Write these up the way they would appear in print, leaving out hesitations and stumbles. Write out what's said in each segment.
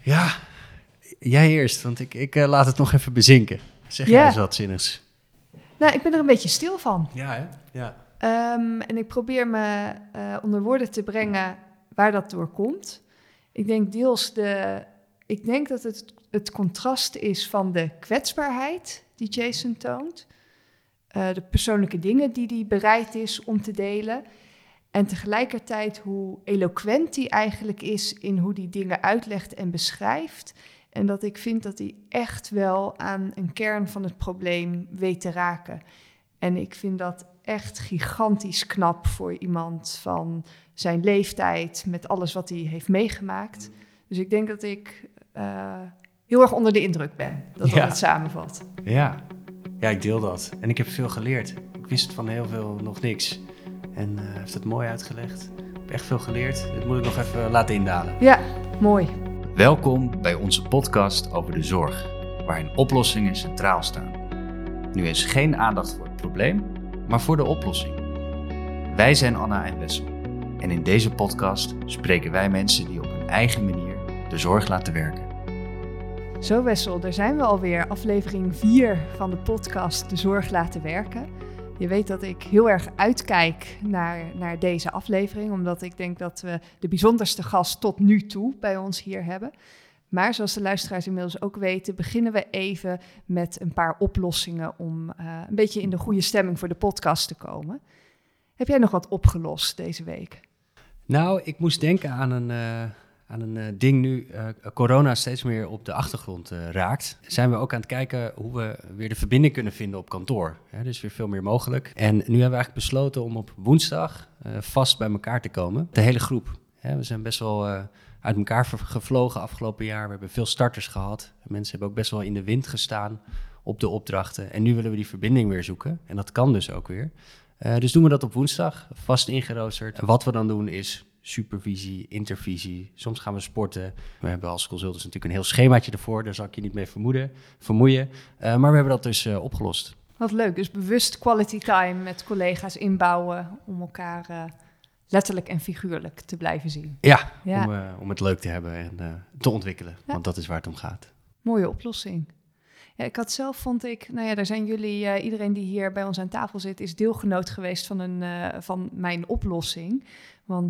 Ja, jij eerst, want ik laat het nog even bezinken. Zeg jij eens wat zinnigs? Nou, ik ben er een beetje stil van. Ja, hè? Ja. En ik probeer me onder woorden te brengen waar dat door komt. Ik denk deels dat het contrast is van de kwetsbaarheid die Jason toont. De persoonlijke dingen die hij bereid is om te delen. En tegelijkertijd hoe eloquent hij eigenlijk is in hoe hij dingen uitlegt en beschrijft. En dat ik vind dat hij echt wel aan een kern van het probleem weet te raken. En ik vind dat echt gigantisch knap voor iemand van zijn leeftijd, met alles wat hij heeft meegemaakt. Dus ik denk dat ik heel erg onder de indruk ben, dat het samenvat. Ja, ik deel dat. En ik heb veel geleerd. Ik wist van heel veel nog niks. En heeft het mooi uitgelegd. Ik heb echt veel geleerd. Dit moet ik nog even laten indalen. Ja, mooi. Welkom bij onze podcast over de zorg, waarin oplossingen centraal staan. Nu is geen aandacht voor het probleem, maar voor de oplossing. Wij zijn Anna en Wessel. En in deze podcast spreken wij mensen die op hun eigen manier de zorg laten werken. Zo Wessel, daar zijn we alweer. Aflevering 4 van de podcast De Zorg Laten Werken. Je weet dat ik heel erg uitkijk naar deze aflevering, omdat ik denk dat we de bijzonderste gast tot nu toe bij ons hier hebben. Maar zoals de luisteraars inmiddels ook weten, beginnen we even met een paar oplossingen om een beetje in de goede stemming voor de podcast te komen. Heb jij nog wat opgelost deze week? Nou, ik moest denken aan een ding nu corona steeds meer op de achtergrond raakt. Zijn we ook aan het kijken hoe we weer de verbinding kunnen vinden op kantoor. Dus weer veel meer mogelijk. En nu hebben we eigenlijk besloten om op woensdag vast bij elkaar te komen. De hele groep. We zijn best wel uit elkaar gevlogen afgelopen jaar. We hebben veel starters gehad. Mensen hebben ook best wel in de wind gestaan op de opdrachten. En nu willen we die verbinding weer zoeken. En dat kan dus ook weer. Dus doen we dat op woensdag, vast ingeroosterd. En wat we dan doen is supervisie, intervisie. Soms gaan we sporten. We hebben als consultants natuurlijk een heel schemaatje ervoor. Daar zal ik je niet mee vermoeien. Maar we hebben dat dus opgelost. Wat leuk. Dus bewust quality time met collega's inbouwen om elkaar letterlijk en figuurlijk te blijven zien. Ja. Om het leuk te hebben en te ontwikkelen. Ja. Want dat is waar het om gaat. Mooie oplossing. Ja, ik had zelf, vond ik, daar zijn jullie, iedereen die hier bij ons aan tafel zit, is deelgenoot geweest van mijn oplossing. Want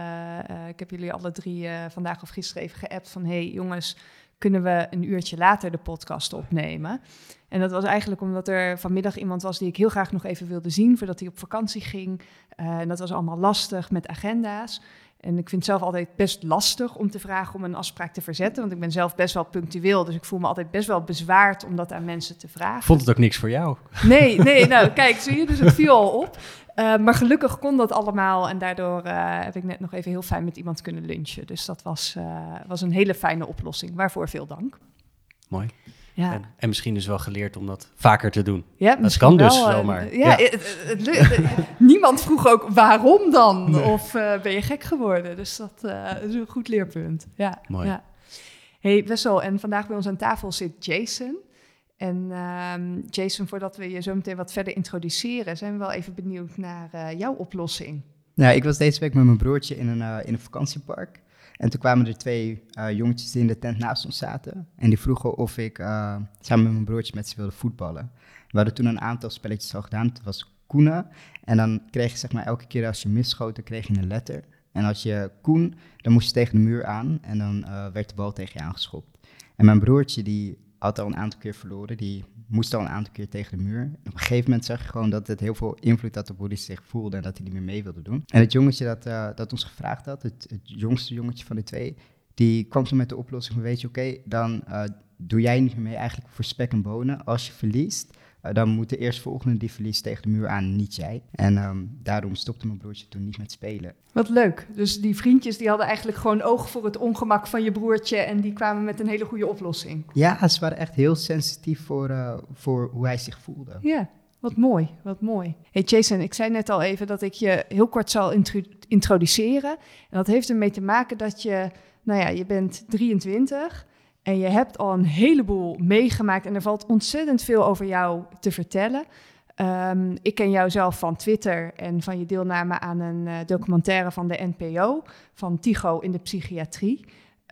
ik heb jullie alle 3 vandaag of gisteren even geappt van, hey jongens, kunnen we een uurtje later de podcast opnemen? En dat was eigenlijk omdat er vanmiddag iemand was die ik heel graag nog even wilde zien voordat hij op vakantie ging. En dat was allemaal lastig met agenda's. En ik vind het zelf altijd best lastig om te vragen om een afspraak te verzetten. Want ik ben zelf best wel punctueel. Dus ik voel me altijd best wel bezwaard om dat aan mensen te vragen. Vond het ook niks voor jou? Nee, nou kijk, zie je, dus het viel al op. Maar gelukkig kon dat allemaal. En daardoor heb ik net nog even heel fijn met iemand kunnen lunchen. Dus dat was een hele fijne oplossing. Waarvoor veel dank. Mooi. Ja. En misschien dus wel geleerd om dat vaker te doen. Ja, dat kan dus zomaar. Niemand vroeg ook waarom dan? Nee. Of ben je gek geworden? Dus dat is een goed leerpunt. Ja, mooi. Ja. Hey Wessel, en vandaag bij ons aan tafel zit Jason. En Jason, voordat we je zo meteen wat verder introduceren, zijn we wel even benieuwd naar jouw oplossing. Nou, ik was deze week met mijn broertje in een vakantiepark. En toen kwamen er 2 jongetjes die in de tent naast ons zaten. En die vroegen of ik samen met mijn broertje met ze wilde voetballen. We hadden toen een aantal spelletjes al gedaan. Het was Koenen. En dan kreeg je zeg maar elke keer als je misschoot, dan kreeg je een letter. En als je Koen, dan moest je tegen de muur aan. En dan werd de bal tegen je aangeschopt. En mijn broertje die had al een aantal keer verloren. Die moest al een aantal keer tegen de muur. En op een gegeven moment zag je gewoon dat het heel veel invloed had op hoe hij zich voelde en dat hij niet meer mee wilde doen. En het jongetje dat ons gevraagd had, het jongste jongetje van de 2, die kwam zo met de oplossing van, weet je, oké, dan doe jij niet meer mee eigenlijk voor spek en bonen. Als je verliest, dan moet de eerstvolgende die verliest tegen de muur aan, niet jij. En daarom stopte mijn broertje toen niet met spelen. Wat leuk. Dus die vriendjes die hadden eigenlijk gewoon oog voor het ongemak van je broertje en die kwamen met een hele goede oplossing. Ja, ze waren echt heel sensitief voor hoe hij zich voelde. Ja, wat mooi, wat mooi. Hey Jason, ik zei net al even dat ik je heel kort zal introduceren. En dat heeft ermee te maken dat je bent 23... En je hebt al een heleboel meegemaakt en er valt ontzettend veel over jou te vertellen. Ik ken jou zelf van Twitter en van je deelname aan een documentaire van de NPO, van Tycho in de psychiatrie.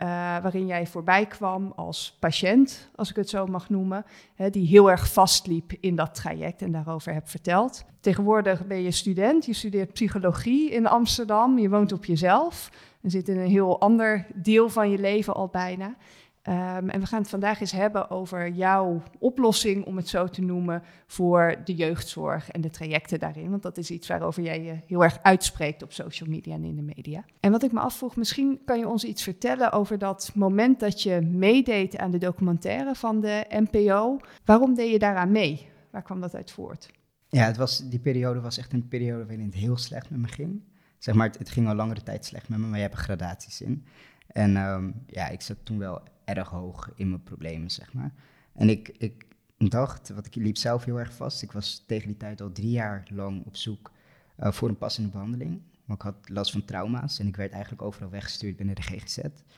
waarin jij voorbij kwam als patiënt, als ik het zo mag noemen, die heel erg vastliep in dat traject en daarover hebt verteld. Tegenwoordig ben je student, je studeert psychologie in Amsterdam, je woont op jezelf en zit in een heel ander deel van je leven al bijna. En we gaan het vandaag eens hebben over jouw oplossing, om het zo te noemen, voor de jeugdzorg en de trajecten daarin. Want dat is iets waarover jij je heel erg uitspreekt op social media en in de media. En wat ik me afvroeg, misschien kan je ons iets vertellen over dat moment dat je meedeed aan de documentaire van de NPO. Waarom deed je daaraan mee? Waar kwam dat uit voort? Ja, die periode was echt een periode waarin het heel slecht met me ging. Zeg maar, het ging al langere tijd slecht met me, maar je hebt er gradaties in. En ik zat toen wel erg hoog in mijn problemen, zeg maar. En ik dacht, ik liep zelf heel erg vast. Ik was tegen die tijd al 3 jaar lang op zoek voor een passende behandeling. Maar ik had last van trauma's en ik werd eigenlijk overal weggestuurd binnen de GGZ.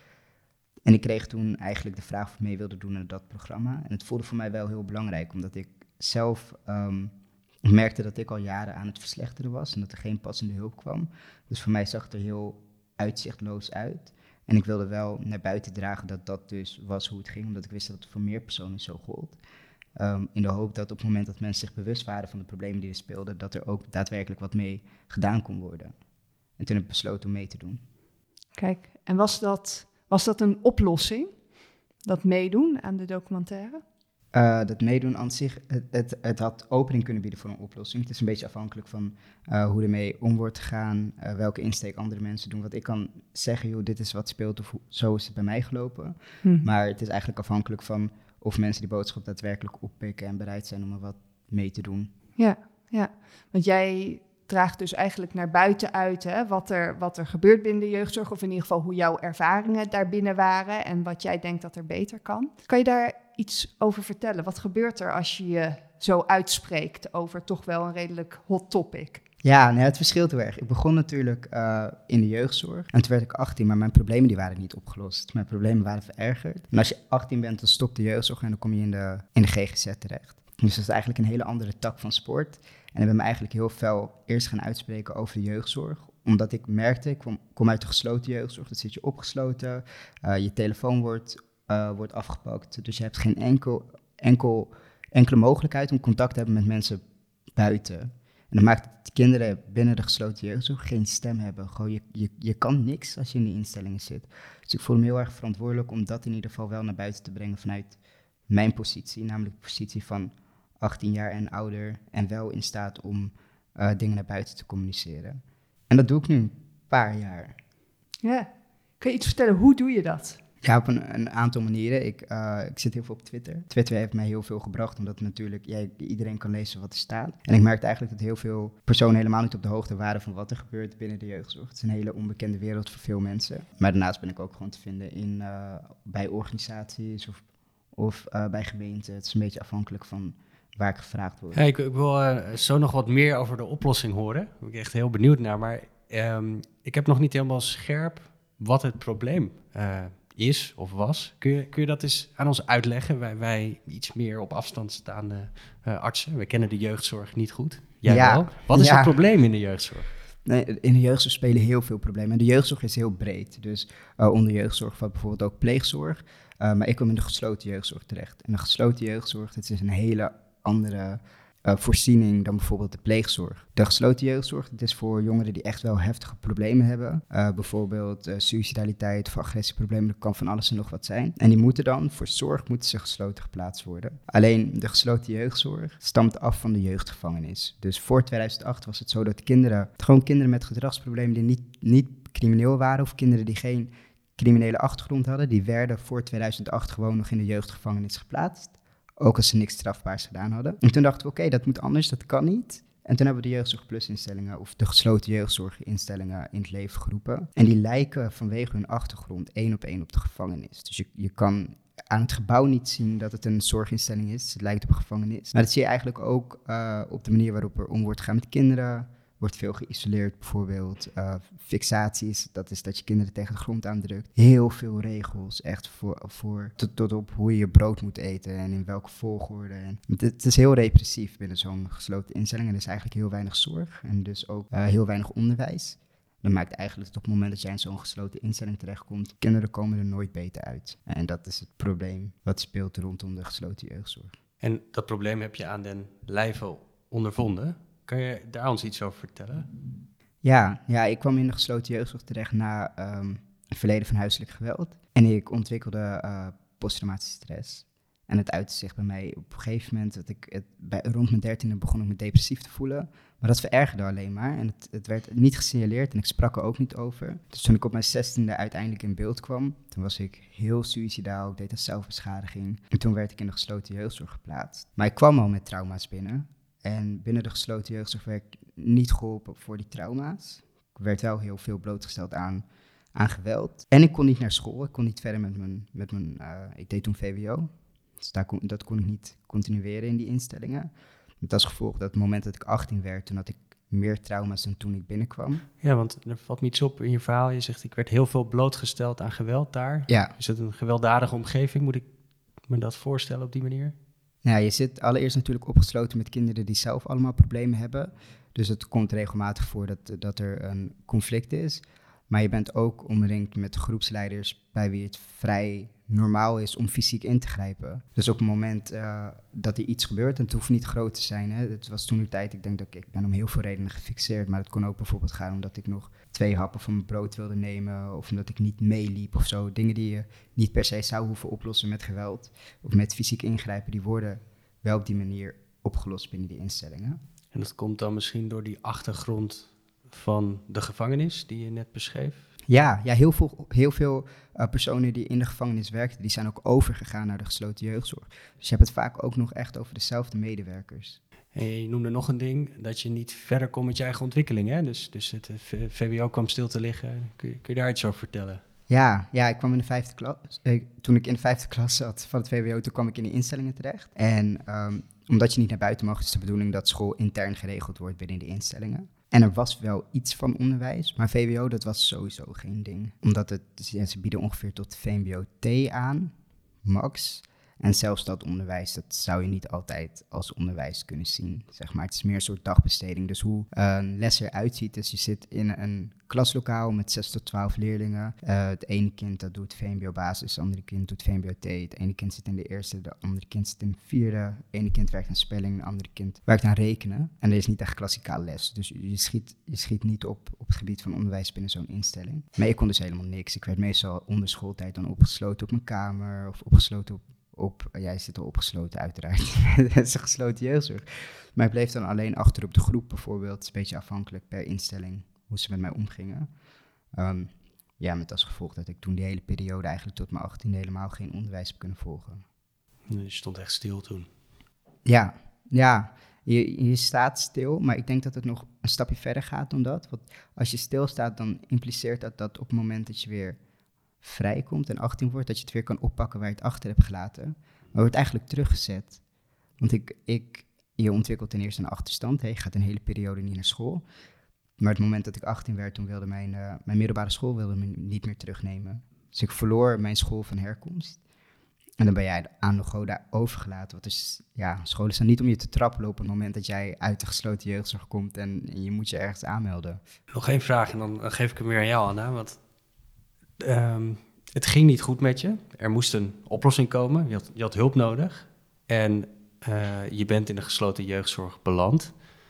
En ik kreeg toen eigenlijk de vraag of ik mee wilde doen aan dat programma. En het voelde voor mij wel heel belangrijk, omdat ik zelf merkte dat ik al jaren aan het verslechteren was en dat er geen passende hulp kwam. Dus voor mij zag het er heel uitzichtloos uit. En ik wilde wel naar buiten dragen dat dat dus was hoe het ging, omdat ik wist dat het voor meer personen zo gold. In de hoop dat op het moment dat mensen zich bewust waren van de problemen die er speelden, dat er ook daadwerkelijk wat mee gedaan kon worden. En toen heb ik besloten om mee te doen. Kijk, en was dat een oplossing, dat meedoen aan de documentaire? Dat meedoen aan zich, het had opening kunnen bieden voor een oplossing. Het is een beetje afhankelijk van hoe ermee om wordt gegaan, welke insteek andere mensen doen. Wat ik kan zeggen, joh, dit is wat speelt of zo is het bij mij gelopen. Maar het is eigenlijk afhankelijk van of mensen die boodschap daadwerkelijk oppikken en bereid zijn om er wat mee te doen. Ja, want jij draagt dus eigenlijk naar buiten uit, hè, wat er gebeurt binnen de jeugdzorg, of in ieder geval hoe jouw ervaringen daarbinnen waren en wat jij denkt dat er beter kan. Kan je daar iets over vertellen? Wat gebeurt er als je je zo uitspreekt over toch wel een redelijk hot topic? Ja, het verschilt heel erg. Ik begon natuurlijk in de jeugdzorg en toen werd ik 18, maar mijn problemen die waren niet opgelost. Mijn problemen waren verergerd. En als je 18 bent, dan stopt de jeugdzorg en dan kom je in de GGZ terecht. Dus dat is eigenlijk een hele andere tak van sport. En ik ben me eigenlijk heel fel eerst gaan uitspreken over de jeugdzorg. Omdat ik merkte, ik kom uit de gesloten jeugdzorg. Dan zit je opgesloten, je telefoon wordt afgepakt. Dus je hebt geen enkele mogelijkheid om contact te hebben met mensen buiten. En dat maakt dat de kinderen binnen de gesloten jeugdzorg geen stem hebben. Gewoon, je kan niks als je in die instellingen zit. Dus ik voel me heel erg verantwoordelijk om dat in ieder geval wel naar buiten te brengen vanuit mijn positie. Namelijk de positie van 18 jaar en ouder en wel in staat om dingen naar buiten te communiceren. En dat doe ik nu een paar jaar. Ja, kun je iets vertellen? Hoe doe je dat? Ja, op een aantal manieren. Ik zit heel veel op Twitter. Twitter heeft mij heel veel gebracht, omdat natuurlijk iedereen kan lezen wat er staat. En ik merkte eigenlijk dat heel veel personen helemaal niet op de hoogte waren van wat er gebeurt binnen de jeugdzorg. Het is een hele onbekende wereld voor veel mensen. Maar daarnaast ben ik ook gewoon te vinden bij organisaties of bij gemeenten. Het is een beetje afhankelijk van waar ik gevraagd word. Ja, ik wil zo nog wat meer over de oplossing horen. Daar ben ik echt heel benieuwd naar. Maar ik heb nog niet helemaal scherp wat het probleem is of was. Kun je dat eens aan ons uitleggen? Wij iets meer op afstand staande artsen. We kennen de jeugdzorg niet goed. Jij wel. Wat is het probleem in de jeugdzorg? Nee, in de jeugdzorg spelen heel veel problemen. En de jeugdzorg is heel breed. Dus onder jeugdzorg valt bijvoorbeeld ook pleegzorg. Maar ik kom in de gesloten jeugdzorg terecht. En de gesloten jeugdzorg, dat is een hele andere voorziening dan bijvoorbeeld de pleegzorg. De gesloten jeugdzorg, dat is voor jongeren die echt wel heftige problemen hebben. Bijvoorbeeld suicidaliteit of agressieproblemen, dat kan van alles en nog wat zijn. En die moeten dan, voor zorg, gesloten geplaatst worden. Alleen de gesloten jeugdzorg stamt af van de jeugdgevangenis. Dus voor 2008 was het zo dat kinderen met gedragsproblemen die niet crimineel waren, of kinderen die geen criminele achtergrond hadden, die werden voor 2008 gewoon nog in de jeugdgevangenis geplaatst. Ook als ze niks strafbaars gedaan hadden. En toen dachten we, oké, dat moet anders, dat kan niet. En toen hebben we de Jeugdzorg Plus instellingen of de gesloten jeugdzorginstellingen in het leven geroepen. En die lijken vanwege hun achtergrond 1 op 1 op de gevangenis. Dus je kan aan het gebouw niet zien dat het een zorginstelling is. Het lijkt op een gevangenis. Maar dat zie je eigenlijk ook op de manier waarop er om wordt gegaan met kinderen. Wordt veel geïsoleerd, bijvoorbeeld fixaties, dat is dat je kinderen tegen de grond aandrukt. Heel veel regels, echt tot op hoe je brood moet eten en in welke volgorde. En het is heel repressief binnen zo'n gesloten instelling en er is eigenlijk heel weinig zorg en dus ook heel weinig onderwijs. Dat maakt eigenlijk dat op het moment dat jij in zo'n gesloten instelling terechtkomt, kinderen komen er nooit beter uit. En dat is het probleem wat speelt rondom de gesloten jeugdzorg. En dat probleem heb je aan den lijve ondervonden. Kan je daar ons iets over vertellen? Ja, ik kwam in de gesloten jeugdzorg terecht na een verleden van huiselijk geweld. En ik ontwikkelde posttraumatische stress. En het uitte zich bij mij op een gegeven moment, rond mijn 13e begon ik me depressief te voelen. Maar dat verergerde alleen maar en het werd niet gesignaleerd en ik sprak er ook niet over. Dus toen ik op mijn 16e uiteindelijk in beeld kwam, toen was ik heel suïcidaal, ik deed aan zelfbeschadiging. En toen werd ik in de gesloten jeugdzorg geplaatst. Maar ik kwam al met trauma's binnen. En binnen de gesloten jeugdzorg werd ik niet geholpen voor die trauma's. Ik werd wel heel veel blootgesteld aan geweld. En ik kon niet naar school, ik kon niet verder met mijn ik deed toen VWO. Dus dat kon ik niet continueren in die instellingen. Met als gevolg dat het moment dat ik 18 werd, toen had ik meer trauma's dan toen ik binnenkwam. Ja, want er valt me iets op in je verhaal. Je zegt, ik werd heel veel blootgesteld aan geweld daar. Ja. Is het een gewelddadige omgeving? Moet ik me dat voorstellen op die manier? Nou, je zit allereerst natuurlijk opgesloten met kinderen die zelf allemaal problemen hebben. Dus het komt regelmatig voor dat er een conflict is. Maar je bent ook omringd met groepsleiders bij wie het vrij normaal is om fysiek in te grijpen. Dus op het moment dat er iets gebeurt, en het hoeft niet groot te zijn. Hè, het was toen de tijd, ik denk dat ik ben om heel veel redenen gefixeerd. Maar het kon ook bijvoorbeeld gaan omdat ik nog 2 happen van mijn brood wilde nemen. Of omdat ik niet meeliep of zo. Dingen die je niet per se zou hoeven oplossen met geweld. Of met fysiek ingrijpen, die worden wel op die manier opgelost binnen die instellingen. En dat komt dan misschien door die achtergrond van de gevangenis die je net beschreef? Ja, heel veel personen die in de gevangenis werkten, die zijn ook overgegaan naar de gesloten jeugdzorg. Dus je hebt het vaak ook nog echt over dezelfde medewerkers. En je noemde nog een ding, dat je niet verder komt met je eigen ontwikkeling, hè? Dus het VWO kwam stil te liggen. Kun je daar iets over vertellen? Ja, ik kwam in de 5e klas. Toen ik in de 5e klas zat van het VWO, toen kwam ik in de instellingen terecht. En omdat je niet naar buiten mag, is de bedoeling dat school intern geregeld wordt binnen de instellingen. En er was wel iets van onderwijs, maar VWO, dat was sowieso geen ding. Omdat ze bieden ongeveer tot VMBO-T aan, max. En zelfs dat onderwijs, dat zou je niet altijd als onderwijs kunnen zien, zeg maar. Het is meer een soort dagbesteding. Dus hoe een les eruit ziet, dus je zit in een klaslokaal met 6 tot 12 leerlingen. Het ene kind dat doet VMBO-basis, het andere kind doet VMBO-T. Het ene kind zit in de eerste, de andere kind zit in de 4e. Het ene kind werkt aan spelling, het andere kind werkt aan rekenen. En er is niet echt klassikaal les. Dus je schiet niet op het gebied van onderwijs binnen zo'n instelling. Maar ik kon dus helemaal niks. Ik werd meestal onder schooltijd dan opgesloten op mijn kamer of opgesloten jij zit al opgesloten uiteraard, het is een gesloten jeugdzorg. Maar ik bleef dan alleen achter op de groep bijvoorbeeld. Het is een beetje afhankelijk per instelling hoe ze met mij omgingen. Met als gevolg dat ik toen die hele periode eigenlijk tot mijn 18e helemaal geen onderwijs heb kunnen volgen. Je stond echt stil toen. Ja, je staat stil, maar ik denk dat het nog een stapje verder gaat dan dat. Want als je stilstaat, dan impliceert dat op het moment dat je weer vrijkomt en 18 wordt, dat je het weer kan oppakken waar je het achter hebt gelaten. Maar wordt eigenlijk teruggezet. Want je ontwikkelt ten eerste een achterstand. Je gaat een hele periode niet naar school. Maar het moment dat ik 18 werd, toen wilde mijn middelbare school me niet meer terugnemen. Dus ik verloor mijn school van herkomst. En dan ben jij aan de goden overgelaten. Scholen staan niet om je te trappelen op het moment dat jij uit de gesloten jeugdzorg komt en je moet je ergens aanmelden. Nog één vraag en dan geef ik hem weer aan jou, Anna. Want het ging niet goed met je. Er moest een oplossing komen. Je had hulp nodig. En je bent in de gesloten jeugdzorg beland.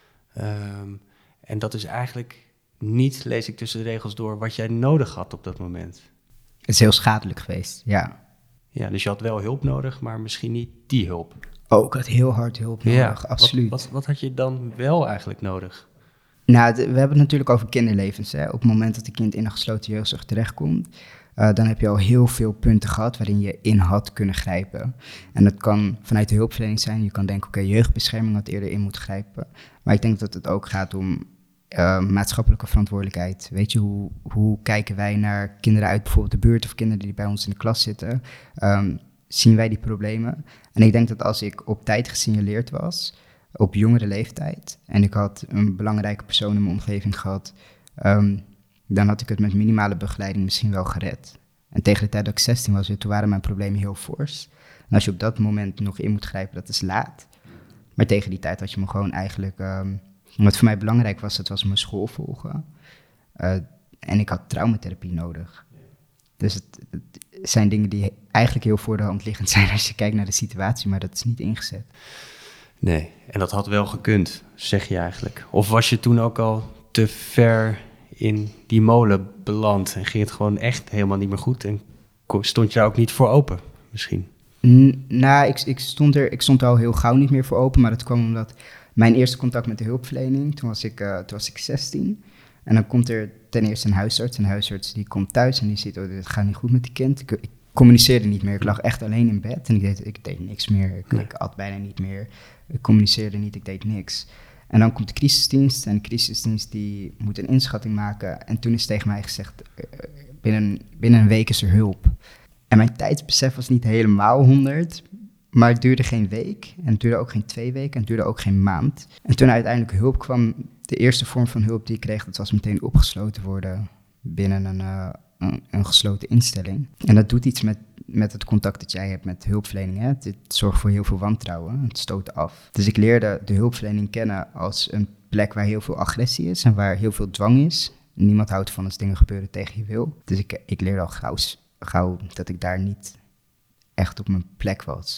En dat is eigenlijk niet, lees ik tussen de regels door, wat jij nodig had op dat moment. Het is heel schadelijk geweest, ja. Ja, dus je had wel hulp nodig, maar misschien niet die hulp. Ik had heel hard hulp nodig, absoluut. Wat had je dan wel eigenlijk nodig? Nou, we hebben het natuurlijk over kinderlevens. Hè. Op het moment dat een kind in een gesloten jeugdzorg terechtkomt, dan heb je al heel veel punten gehad waarin je in had kunnen grijpen. En dat kan vanuit de hulpverlening zijn. Je kan denken, jeugdbescherming had eerder in moeten grijpen. Maar ik denk dat het ook gaat om maatschappelijke verantwoordelijkheid. Weet je, hoe kijken wij naar kinderen uit bijvoorbeeld de buurt of kinderen die bij ons in de klas zitten? Zien wij die problemen? En ik denk dat als ik op tijd gesignaleerd was, op jongere leeftijd, en ik had een belangrijke persoon in mijn omgeving gehad, dan had ik het met minimale begeleiding misschien wel gered. En tegen de tijd dat ik 16 was, toen waren mijn problemen heel fors. En als je op dat moment nog in moet grijpen, dat is laat. Maar tegen die tijd had je me gewoon eigenlijk, wat voor mij belangrijk was, dat was mijn school volgen. En ik had traumatherapie nodig. Dus het zijn dingen die eigenlijk heel voor de hand liggend zijn als je kijkt naar de situatie, maar dat is niet ingezet. Nee, en dat had wel gekund, zeg je eigenlijk. Of was je toen ook al te ver in die molen beland en ging het gewoon echt helemaal niet meer goed en stond je daar ook niet voor open misschien? Nou, ik stond er al heel gauw niet meer voor open, maar dat kwam omdat mijn eerste contact met de hulpverlening, toen was ik 16. En dan komt er ten eerste een huisarts die komt thuis en die ziet, oh, dit gaat niet goed met die kind. Ik communiceerde niet meer, ik lag echt alleen in bed en ik deed niks meer. Ik at bijna niet meer, ik communiceerde niet, ik deed niks. En dan komt de crisisdienst en de crisisdienst die moet een inschatting maken. En toen is tegen mij gezegd, binnen een week is er hulp. En mijn tijdsbesef was niet helemaal 100, maar het duurde geen week. En het duurde ook geen 2 weken en het duurde ook geen maand. En toen uiteindelijk hulp kwam, de eerste vorm van hulp die ik kreeg, dat was meteen opgesloten worden binnen een gesloten instelling. En dat doet iets met het contact dat jij hebt met hulpverlening. Hè? Het zorgt voor heel veel wantrouwen, het stoot af. Dus ik leerde de hulpverlening kennen als een plek waar heel veel agressie is en waar heel veel dwang is. Niemand houdt van als dingen gebeuren tegen je wil. Dus ik leerde al gauw dat ik daar niet echt op mijn plek was.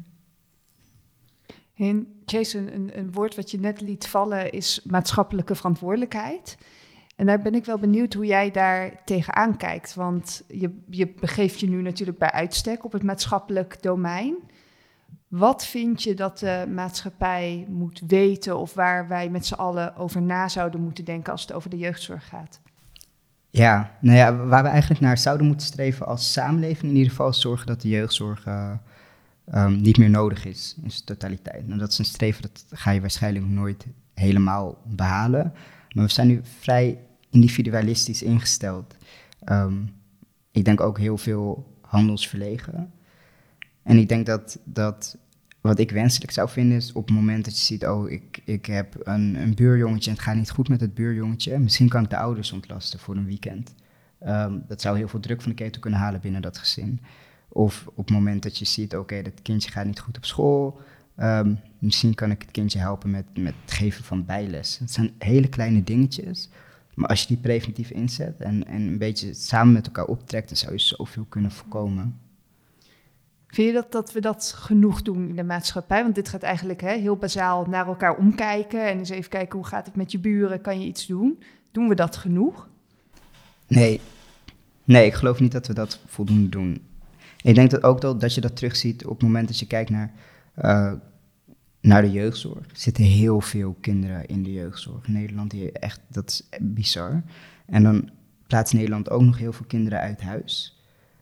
En Jason, een woord wat je net liet vallen is maatschappelijke verantwoordelijkheid. En daar ben ik wel benieuwd hoe jij daar tegenaan kijkt. Want je begeeft je nu natuurlijk bij uitstek op het maatschappelijk domein. Wat vind je dat de maatschappij moet weten of waar wij met z'n allen over na zouden moeten denken als het over de jeugdzorg gaat? Ja, nou ja, waar we eigenlijk naar zouden moeten streven als samenleving in ieder geval is zorgen dat de jeugdzorg niet meer nodig is in zijn totaliteit. Nou, dat is een streven, dat ga je waarschijnlijk nooit helemaal behalen. Maar we zijn nu vrij individualistisch ingesteld. Ik denk ook heel veel handelsverlegen. En ik denk dat wat ik wenselijk zou vinden is op het moment dat je ziet, oh, ik heb een buurjongetje en het gaat niet goed met het buurjongetje. Misschien kan ik de ouders ontlasten voor een weekend. Dat zou heel veel druk van de ketel kunnen halen binnen dat gezin. Of op het moment dat je ziet, oké, dat kindje gaat niet goed op school. Misschien kan ik het kindje helpen met het geven van bijles. Het zijn hele kleine dingetjes. Maar als je die preventief inzet en een beetje samen met elkaar optrekt, dan zou je zoveel kunnen voorkomen. Vind je dat we dat genoeg doen in de maatschappij? Want dit gaat eigenlijk heel bazaal naar elkaar omkijken en eens even kijken hoe gaat het met je buren, kan je iets doen? Doen we dat genoeg? Nee, ik geloof niet dat we dat voldoende doen. Ik denk dat je dat terugziet op het moment dat je kijkt naar de jeugdzorg. Er zitten heel veel kinderen in de jeugdzorg in Nederland. Dat is bizar. En dan plaatst Nederland ook nog heel veel kinderen uit huis.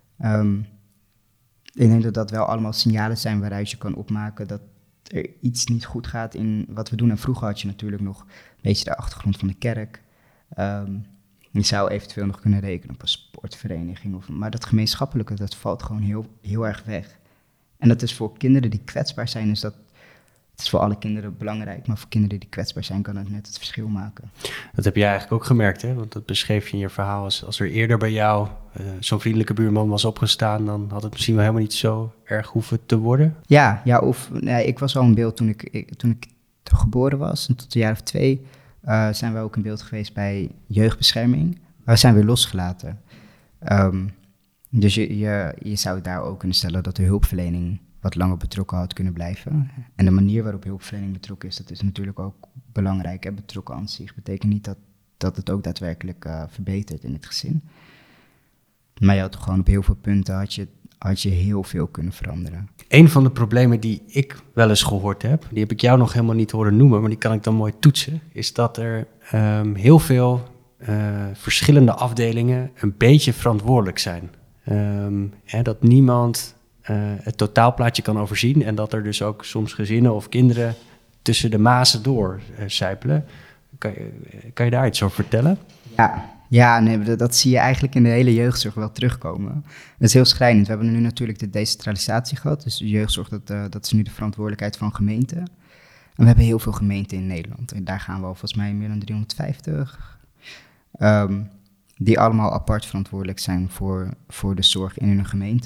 Ik denk dat dat wel allemaal signalen zijn waaruit je kan opmaken dat er iets niet goed gaat in wat we doen. En vroeger had je natuurlijk nog een beetje de achtergrond van de kerk. Je zou eventueel nog kunnen rekenen op een sportvereniging. Maar dat gemeenschappelijke, dat valt gewoon heel, heel erg weg. En dat is voor kinderen die kwetsbaar zijn, het is voor alle kinderen belangrijk. Maar voor kinderen die kwetsbaar zijn, kan het net het verschil maken. Dat heb jij eigenlijk ook gemerkt, hè? Want dat beschreef je in je verhaal. Als er eerder bij jou zo'n vriendelijke buurman was opgestaan, dan had het misschien wel helemaal niet zo erg hoeven te worden. Ja, ik was al in beeld toen ik geboren was. En tot een jaar of 2 zijn we ook in beeld geweest bij jeugdbescherming. Maar we zijn weer losgelaten. Dus je zou daar ook kunnen stellen dat de hulpverlening wat langer betrokken had kunnen blijven. En de manier waarop hulpverlening betrokken is, dat is natuurlijk ook belangrijk. Hè? Betrokken aan zich betekent niet dat het ook daadwerkelijk verbetert in het gezin. Maar je had gewoon op heel veel punten had je heel veel kunnen veranderen. Een van de problemen die ik wel eens gehoord heb, die heb ik jou nog helemaal niet horen noemen, maar die kan ik dan mooi toetsen, is dat er heel veel verschillende afdelingen een beetje verantwoordelijk zijn. Dat niemand het totaalplaatje kan overzien en dat er dus ook soms gezinnen of kinderen tussen de mazen door sijpelen. Kan je daar iets over vertellen? Ja, nee, dat zie je eigenlijk in de hele jeugdzorg wel terugkomen. Dat is heel schrijnend. We hebben nu natuurlijk de decentralisatie gehad. Dus de jeugdzorg, dat is nu de verantwoordelijkheid van gemeenten. En we hebben heel veel gemeenten in Nederland. En daar gaan we al volgens mij meer dan 350. Die allemaal apart verantwoordelijk zijn voor de zorg in hun gemeente.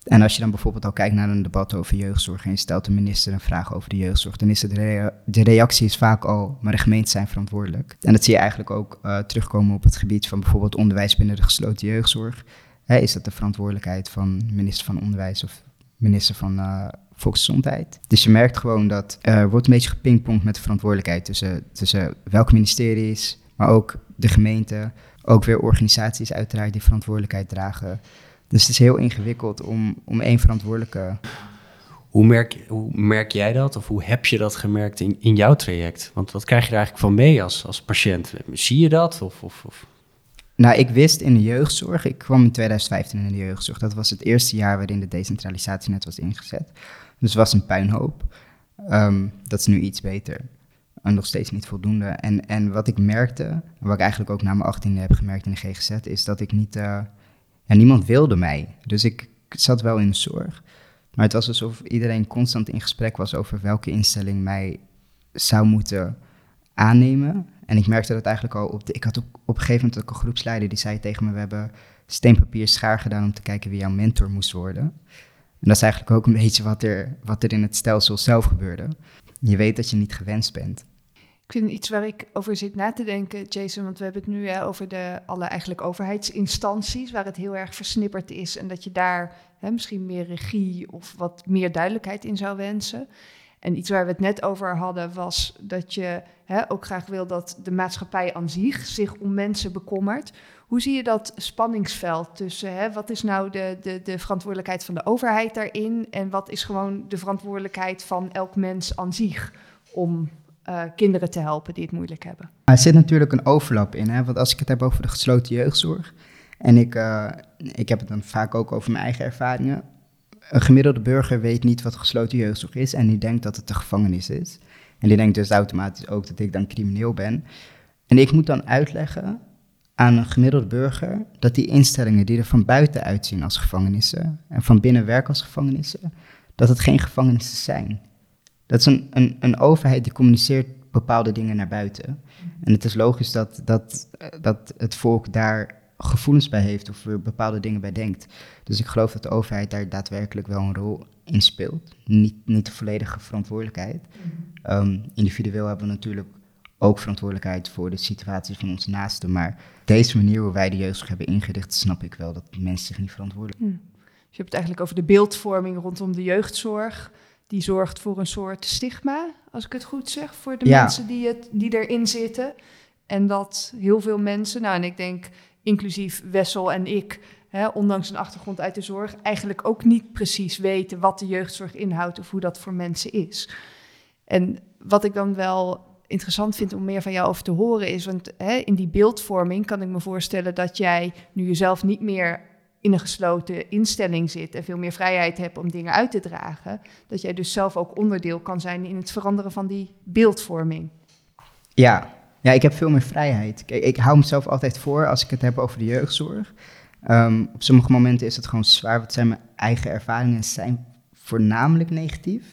En als je dan bijvoorbeeld al kijkt naar een debat over jeugdzorg en je stelt de minister een vraag over de jeugdzorg, dan is de reactie is vaak al, maar de gemeenten zijn verantwoordelijk. En dat zie je eigenlijk ook terugkomen op het gebied van bijvoorbeeld onderwijs binnen de gesloten jeugdzorg. Is dat de verantwoordelijkheid van minister van Onderwijs of minister van Volksgezondheid? Dus je merkt gewoon dat er wordt een beetje gepingpongd met de verantwoordelijkheid tussen welke ministeries, maar ook de gemeente, ook weer organisaties uiteraard die verantwoordelijkheid dragen. Dus het is heel ingewikkeld om één verantwoordelijke... Hoe merk jij dat? Of hoe heb je dat gemerkt in jouw traject? Want wat krijg je er eigenlijk van mee als patiënt? Zie je dat? Of? Nou, ik wist in de jeugdzorg, ik kwam in 2015 in de jeugdzorg. Dat was het eerste jaar waarin de decentralisatie net was ingezet. Dus het was een puinhoop. Dat is nu iets beter. Nog steeds niet voldoende. En wat ik merkte, en wat ik eigenlijk ook na mijn 18e heb gemerkt in de GGZ, is dat ik niet... niemand wilde mij. Dus ik zat wel in de zorg. Maar het was alsof iedereen constant in gesprek was over welke instelling mij zou moeten aannemen. En ik merkte dat eigenlijk al ik had ook op een gegeven moment ook een groepsleider die zei tegen me: we hebben steenpapier schaar gedaan om te kijken wie jouw mentor moest worden. En dat is eigenlijk ook een beetje wat er in het stelsel zelf gebeurde. Je weet dat je niet gewenst bent. Ik vind iets waar ik over zit na te denken, Jason, want we hebben het nu over alle eigenlijk overheidsinstanties, waar het heel erg versnipperd is en dat je daar misschien meer regie of wat meer duidelijkheid in zou wensen. En iets waar we het net over hadden was dat je ook graag wil dat de maatschappij aan zich om mensen bekommert. Hoe zie je dat spanningsveld tussen wat is nou de verantwoordelijkheid van de overheid daarin en wat is gewoon de verantwoordelijkheid van elk mens aan zich om kinderen te helpen die het moeilijk hebben? Er zit natuurlijk een overlap in, want als ik het heb over de gesloten jeugdzorg en ik heb het dan vaak ook over mijn eigen ervaringen. Een gemiddelde burger weet niet wat gesloten jeugdzorg is en die denkt dat het de gevangenis is. En die denkt dus automatisch ook dat ik dan crimineel ben. En ik moet dan uitleggen aan een gemiddelde burger dat die instellingen die er van buiten uitzien als gevangenissen en van binnen werken als gevangenissen, dat het geen gevangenissen zijn. Dat is een overheid die communiceert bepaalde dingen naar buiten. En het is logisch dat het volk daar gevoelens bij heeft of er bepaalde dingen bij denkt. Dus ik geloof dat de overheid daar daadwerkelijk wel een rol in speelt. Niet de volledige verantwoordelijkheid. Individueel hebben we natuurlijk ook verantwoordelijkheid voor de situatie van onze naasten. Maar deze manier hoe wij de jeugdzorg hebben ingericht, snap ik wel dat mensen zich niet verantwoordelijk. Dus je hebt het eigenlijk over de beeldvorming rondom de jeugdzorg. Die zorgt voor een soort stigma, als ik het goed zeg, voor de mensen die erin zitten. En dat heel veel mensen, en ik denk inclusief Wessel en ik, ondanks een achtergrond uit de zorg, eigenlijk ook niet precies weten wat de jeugdzorg inhoudt of hoe dat voor mensen is. En wat ik dan wel interessant vind om meer van jou over te horen is, want in die beeldvorming kan ik me voorstellen dat jij, nu jezelf niet meer in een gesloten instelling zit en veel meer vrijheid hebt om dingen uit te dragen, dat jij dus zelf ook onderdeel kan zijn in het veranderen van die beeldvorming. Ja, ik heb veel meer vrijheid. Kijk, ik hou mezelf altijd voor als ik het heb over de jeugdzorg. Op sommige momenten is het gewoon zwaar. Wat zijn mijn eigen ervaringen? Zijn voornamelijk negatief.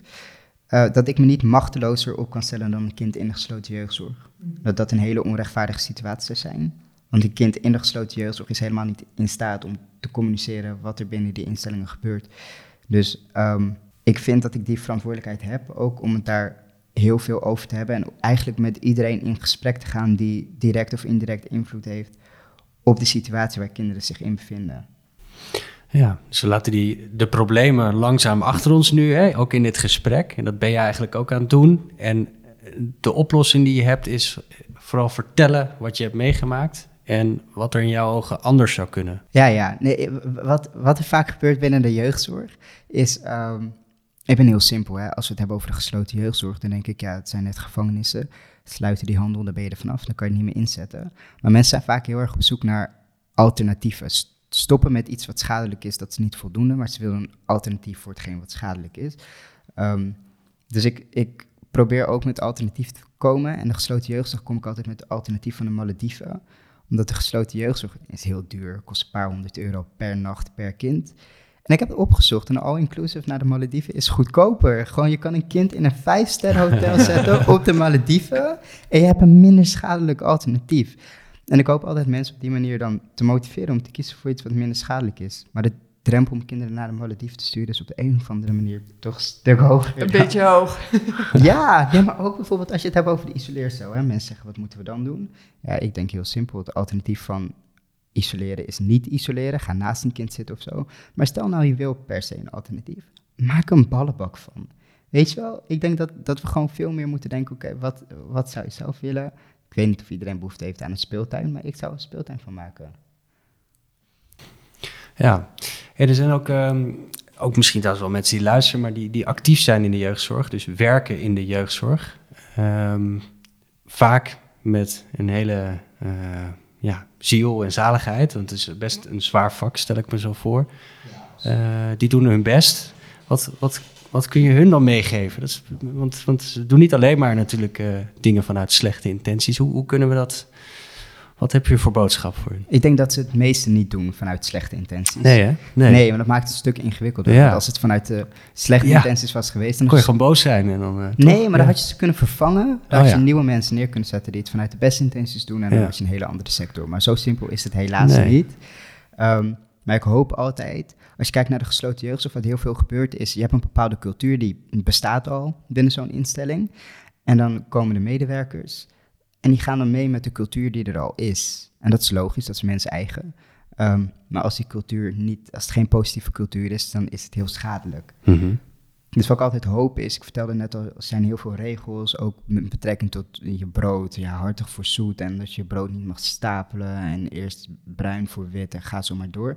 Dat ik me niet machtelozer op kan stellen dan een kind in de gesloten jeugdzorg. Dat een hele onrechtvaardige situatie zou zijn. Want een kind in de gesloten jeugdzorg is helemaal niet in staat om te communiceren wat er binnen die instellingen gebeurt. Dus ik vind dat ik die verantwoordelijkheid heb, ook om het daar heel veel over te hebben en eigenlijk met iedereen in gesprek te gaan die direct of indirect invloed heeft op de situatie waar kinderen zich in bevinden. Ja, dus we laten de problemen langzaam achter ons nu, ook in dit gesprek. En dat ben je eigenlijk ook aan het doen. En de oplossing die je hebt is vooral vertellen wat je hebt meegemaakt en wat er in jouw ogen anders zou kunnen. Ja. Nee, wat er vaak gebeurt binnen de jeugdzorg is, ik ben heel simpel. Als we het hebben over de gesloten jeugdzorg, dan denk ik, het zijn net gevangenissen. Sluiten die handel, dan ben je er vanaf, dan kan je het niet meer inzetten. Maar mensen zijn vaak heel erg op zoek naar alternatieven. Stoppen met iets wat schadelijk is, dat is niet voldoende, maar ze willen een alternatief voor hetgeen wat schadelijk is. Dus ik probeer ook met alternatief te komen. En de gesloten jeugdzorg kom ik altijd met het alternatief van de Malediven. Omdat de gesloten jeugdzorg is heel duur, kost een paar €100 per nacht per kind. En ik heb het opgezocht, een all-inclusive naar de Malediven is goedkoper. Gewoon, je kan een kind in een 5-ster hotel zetten op de Malediven en je hebt een minder schadelijk alternatief. En ik hoop altijd mensen op die manier dan te motiveren om te kiezen voor iets wat minder schadelijk is. Maar drempel om kinderen naar de Malediven te sturen is op de een of andere manier toch een stuk hoger. Een beetje hoog. Ja, maar ook bijvoorbeeld als je het hebt over de isoleercel. Hè? Mensen zeggen, wat moeten we dan doen? Ja, ik denk heel simpel. Het alternatief van isoleren is niet isoleren. Ga naast een kind zitten of zo. Maar stel nou, je wil per se een alternatief. Maak een ballenbak van. Weet je wel, ik denk dat we gewoon veel meer moeten denken, oké, wat zou je zelf willen? Ik weet niet of iedereen behoefte heeft aan een speeltuin, maar ik zou een speeltuin van maken. Ja, er zijn ook misschien trouwens wel mensen die luisteren, maar die actief zijn in de jeugdzorg, dus werken in de jeugdzorg. Vaak met een hele ziel en zaligheid, want het is best een zwaar vak, stel ik me zo voor. Die doen hun best. Wat kun je hun dan meegeven? Dat is, want ze doen niet alleen maar natuurlijk dingen vanuit slechte intenties. Hoe kunnen we dat... Wat heb je voor boodschap voor hun? Ik denk dat ze het meeste niet doen vanuit slechte intenties. Nee, hè? Nee, want dat maakt het een stuk ingewikkelder. Ja. Want als het vanuit de slechte intenties was geweest... Dan kon je gewoon boos zijn. En dan, nee, maar dan had je ze kunnen vervangen. Dan had je ja. nieuwe mensen neer kunnen zetten die het vanuit de beste intenties doen. En dan had je een hele andere sector. Maar zo simpel is het helaas niet. Maar ik hoop altijd, als je kijkt naar de gesloten jeugdzorg, wat heel veel gebeurt is, je hebt een bepaalde cultuur die bestaat al binnen zo'n instelling. En dan komen de medewerkers en die gaan dan mee met de cultuur die er al is. En dat is logisch, dat is mensen eigen. Maar als die cultuur als het geen positieve cultuur is, dan is het heel schadelijk. Mm-hmm. Dus wat ik altijd hoop is, ik vertelde net al, er zijn heel veel regels, ook met betrekking tot je brood, hartig voor zoet en dat je brood niet mag stapelen en eerst bruin voor wit en ga zo maar door.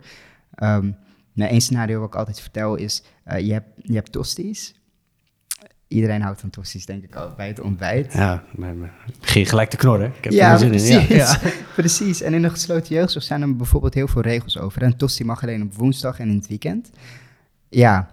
Een scenario wat ik altijd vertel is, je hebt tosties. Iedereen houdt van tosties, denk ik, al bij het ontbijt. Ja, maar begin gelijk te knorren. Ik heb er zin precies. in. Ja. Precies. En in de gesloten jeugdzorg zijn er bijvoorbeeld heel veel regels over. Een tostie mag alleen op woensdag en in het weekend. Ja,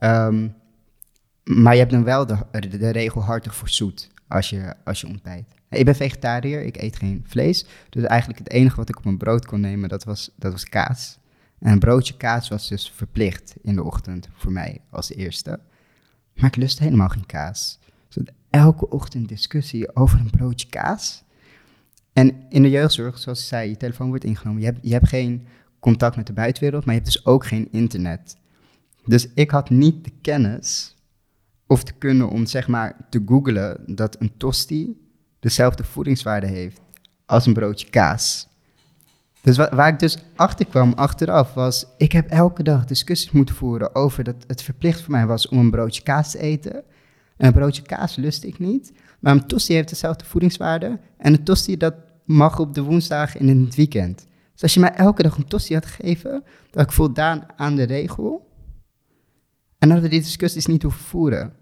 maar je hebt dan wel de regel hartig voor zoet als je ontbijt. Ik ben vegetariër, ik eet geen vlees. Dus eigenlijk het enige wat ik op mijn brood kon nemen, dat was kaas. En een broodje kaas was dus verplicht in de ochtend voor mij als eerste. Maar ik lust helemaal geen kaas. Dus elke ochtend discussie over een broodje kaas. En in de jeugdzorg, zoals ik zei, je telefoon wordt ingenomen. Je hebt geen contact met de buitenwereld, maar je hebt dus ook geen internet. Dus ik had niet de kennis of te kunnen om zeg maar te googlen dat een tosti dezelfde voedingswaarde heeft als een broodje kaas. Dus waar ik dus achter kwam achteraf was, ik heb elke dag discussies moeten voeren over dat het verplicht voor mij was om een broodje kaas te eten. En een broodje kaas lust ik niet, maar een tosti heeft dezelfde voedingswaarde en een tosti dat mag op de woensdag en in het weekend. Dus als je mij elke dag een tosti had gegeven, dan had ik voldaan aan de regel. En dan hadden we die discussies niet hoeven voeren.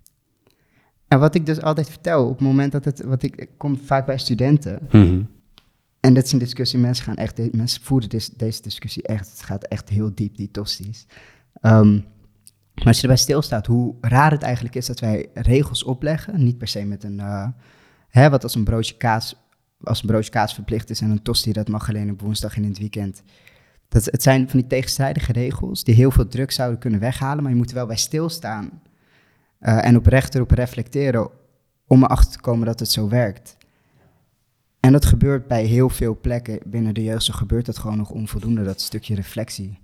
En wat ik dus altijd vertel, op het moment dat ik kom vaak bij studenten. Mm-hmm. En dat is een discussie, mensen voeren deze discussie echt, het gaat echt heel diep, die tosties. Maar als je erbij stilstaat, hoe raar het eigenlijk is dat wij regels opleggen, niet per se met wat als een broodje kaas verplicht is en een tosti, dat mag alleen op woensdag en in het weekend. Het zijn van die tegenstrijdige regels die heel veel druk zouden kunnen weghalen, maar je moet er wel bij stilstaan en oprecht erop reflecteren om erachter te komen dat het zo werkt. En dat gebeurt bij heel veel plekken binnen de jeugdzorg, gebeurt dat gewoon nog onvoldoende, dat stukje reflectie.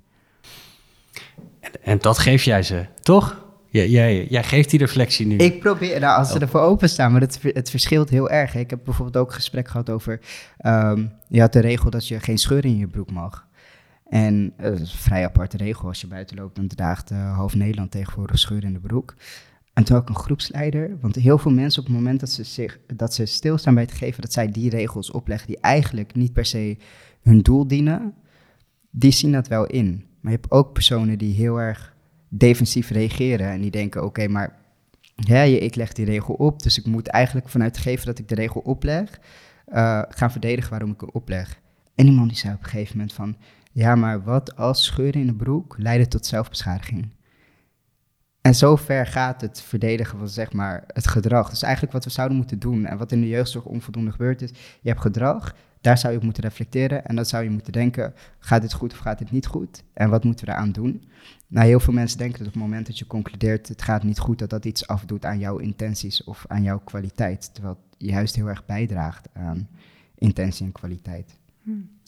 En dat geef jij ze, toch? Jij geeft die reflectie nu. Ik probeer, als ze ervoor openstaan, maar het verschilt heel erg. Ik heb bijvoorbeeld ook een gesprek gehad over, je had de regel dat je geen scheur in je broek mag. En dat is een vrij aparte regel, als je buiten loopt, dan draagt half Nederland tegenwoordig scheur in de broek. En toen ook een groepsleider, want heel veel mensen op het moment dat ze stilstaan bij het geven dat zij die regels opleggen die eigenlijk niet per se hun doel dienen, die zien dat wel in. Maar je hebt ook personen die heel erg defensief reageren en die denken, oké, maar ik leg die regel op, dus ik moet eigenlijk vanuit geven dat ik de regel opleg, gaan verdedigen waarom ik hem opleg. En die man die zei op een gegeven moment van, ja, maar wat als scheuren in de broek leiden tot zelfbeschadiging? En zo ver gaat het verdedigen van zeg maar het gedrag. Dus eigenlijk wat we zouden moeten doen en wat in de jeugdzorg onvoldoende gebeurt is, je hebt gedrag, daar zou je op moeten reflecteren en dan zou je moeten denken, gaat dit goed of gaat dit niet goed? En wat moeten we daaraan doen? Nou, heel veel mensen denken dat op het moment dat je concludeert, het gaat niet goed, dat iets afdoet aan jouw intenties of aan jouw kwaliteit. Terwijl het juist heel erg bijdraagt aan intentie en kwaliteit.